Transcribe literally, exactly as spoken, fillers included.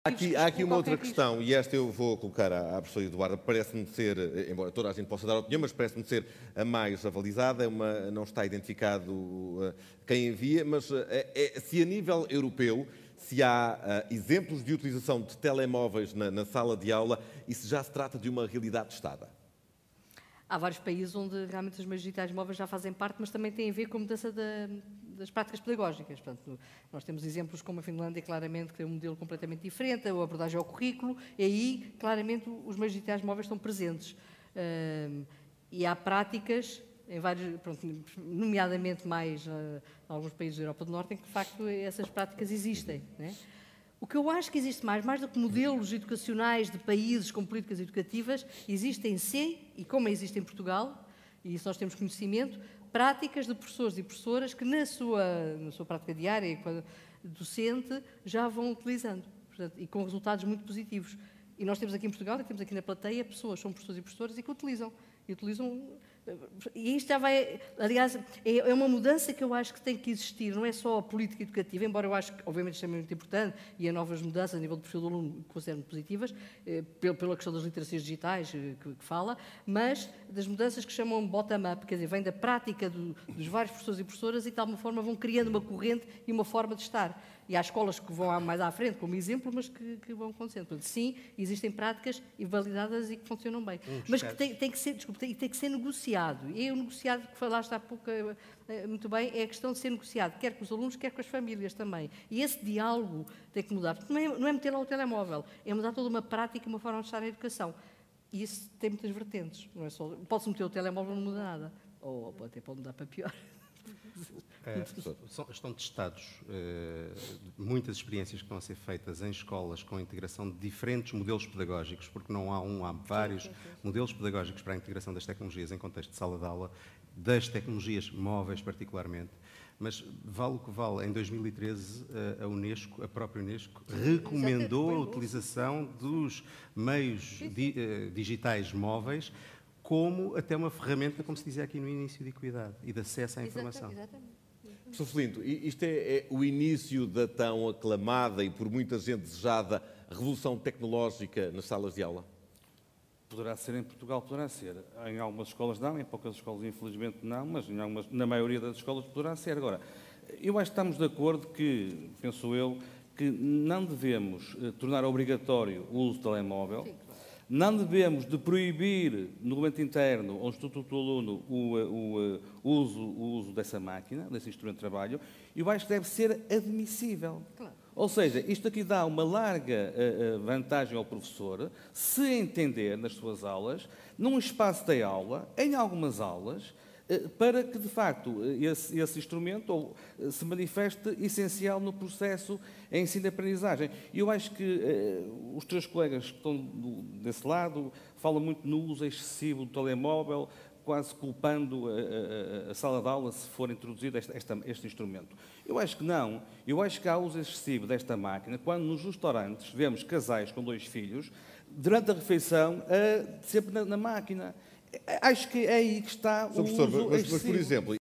Há aqui, há aqui uma outra questão, e esta eu vou colocar à, à professora Eduarda, parece-me ser, embora toda a gente possa dar opinião, mas parece-me ser a mais avalizada, é uma, não está identificado uh, quem envia, mas uh, é, se a nível europeu, se há uh, exemplos de utilização de telemóveis na, na sala de aula e se já se trata de uma realidade testada. Há vários países onde realmente os meios digitais móveis já fazem parte, mas também tem a ver com a mudança da, das práticas pedagógicas. Portanto, nós temos exemplos como a Finlândia, claramente, que tem um modelo completamente diferente, a abordagem ao currículo, e aí, claramente, os meios digitais móveis estão presentes. Uh, e há práticas, em vários, pronto, nomeadamente mais uh, em alguns países da Europa do Norte, em que, de facto, essas práticas existem, né? O que eu acho que existe mais, mais do que modelos educacionais de países com políticas educativas, existem sim, e como existe em Portugal, e isso nós temos conhecimento, práticas de professores e professoras que na sua, na sua prática diária, docente, já vão utilizando, portanto, e com resultados muito positivos. E nós temos aqui em Portugal, e temos aqui na plateia, pessoas, são professores e professoras, e que utilizam. E utilizam... E isto já vai... Aliás, é uma mudança que eu acho que tem que existir, não é só a política educativa, embora eu acho que, obviamente, isto é muito importante, e há novas mudanças a nível do perfil do aluno que considero positivas, eh, pela questão das literacias digitais eh, que, que fala, mas das mudanças que chamam bottom-up, quer dizer, vem da prática do, dos vários professores e professoras e, de alguma forma, vão criando uma corrente e uma forma de estar. E há escolas que vão mais à frente, como exemplo, mas que, que vão acontecendo. Portanto, sim, existem práticas validadas e que funcionam bem. Um mas que tem, tem, que ser, desculpe, tem, tem que ser negociado. E o negociado que falaste há pouco muito bem é a questão de ser negociado, quer com os alunos, quer com as famílias também. E esse diálogo tem que mudar. Porque não é, não é meter lá o telemóvel, é mudar toda uma prática, uma forma de estar na educação. E isso tem muitas vertentes. Não é só, pode-se meter o telemóvel, não muda nada. Ou até pode mudar para pior. É, estão testados uh, muitas experiências que estão a ser feitas em escolas com a integração de diferentes modelos pedagógicos, porque não há um, há vários modelos pedagógicos para a integração das tecnologias em contexto de sala de aula, das tecnologias móveis particularmente, mas vale o que vale, em dois mil e treze a Unesco, a própria Unesco, recomendou a utilização dos meios di, uh, digitais móveis como até uma ferramenta, como se dizia aqui no início, de equidade e de acesso à informação. Exatamente. Professor Felinto, isto é, é o início da tão aclamada e por muita gente desejada revolução tecnológica nas salas de aula? Poderá ser em Portugal, poderá ser. Em algumas escolas não, em poucas escolas infelizmente não, mas em algumas, na maioria das escolas poderá ser. Agora, eu acho que estamos de acordo que, penso eu, que não devemos eh, tornar obrigatório o uso do telemóvel. Sim. Não devemos de proibir no documento interno ou no Estatuto do Aluno o, o, o, uso, o uso dessa máquina, desse instrumento de trabalho, e eu acho que deve ser admissível. Claro. Ou seja, isto aqui dá uma larga uh, uh, vantagem ao professor, se entender nas suas aulas, num espaço de aula, em algumas aulas, para que, de facto, esse, esse instrumento se manifeste essencial no processo de ensino-aprendizagem. E eu acho que eh, os três colegas que estão do, desse lado falam muito no uso excessivo do telemóvel, quase culpando a, a, a sala de aula se for introduzido esta, esta, este instrumento. Eu acho que não. Eu acho que há uso excessivo desta máquina quando nos restaurantes vemos casais com dois filhos, durante a refeição, uh, sempre na, na máquina. Acho que é aí que está o uso excessivo. Mas, mas, por exemplo,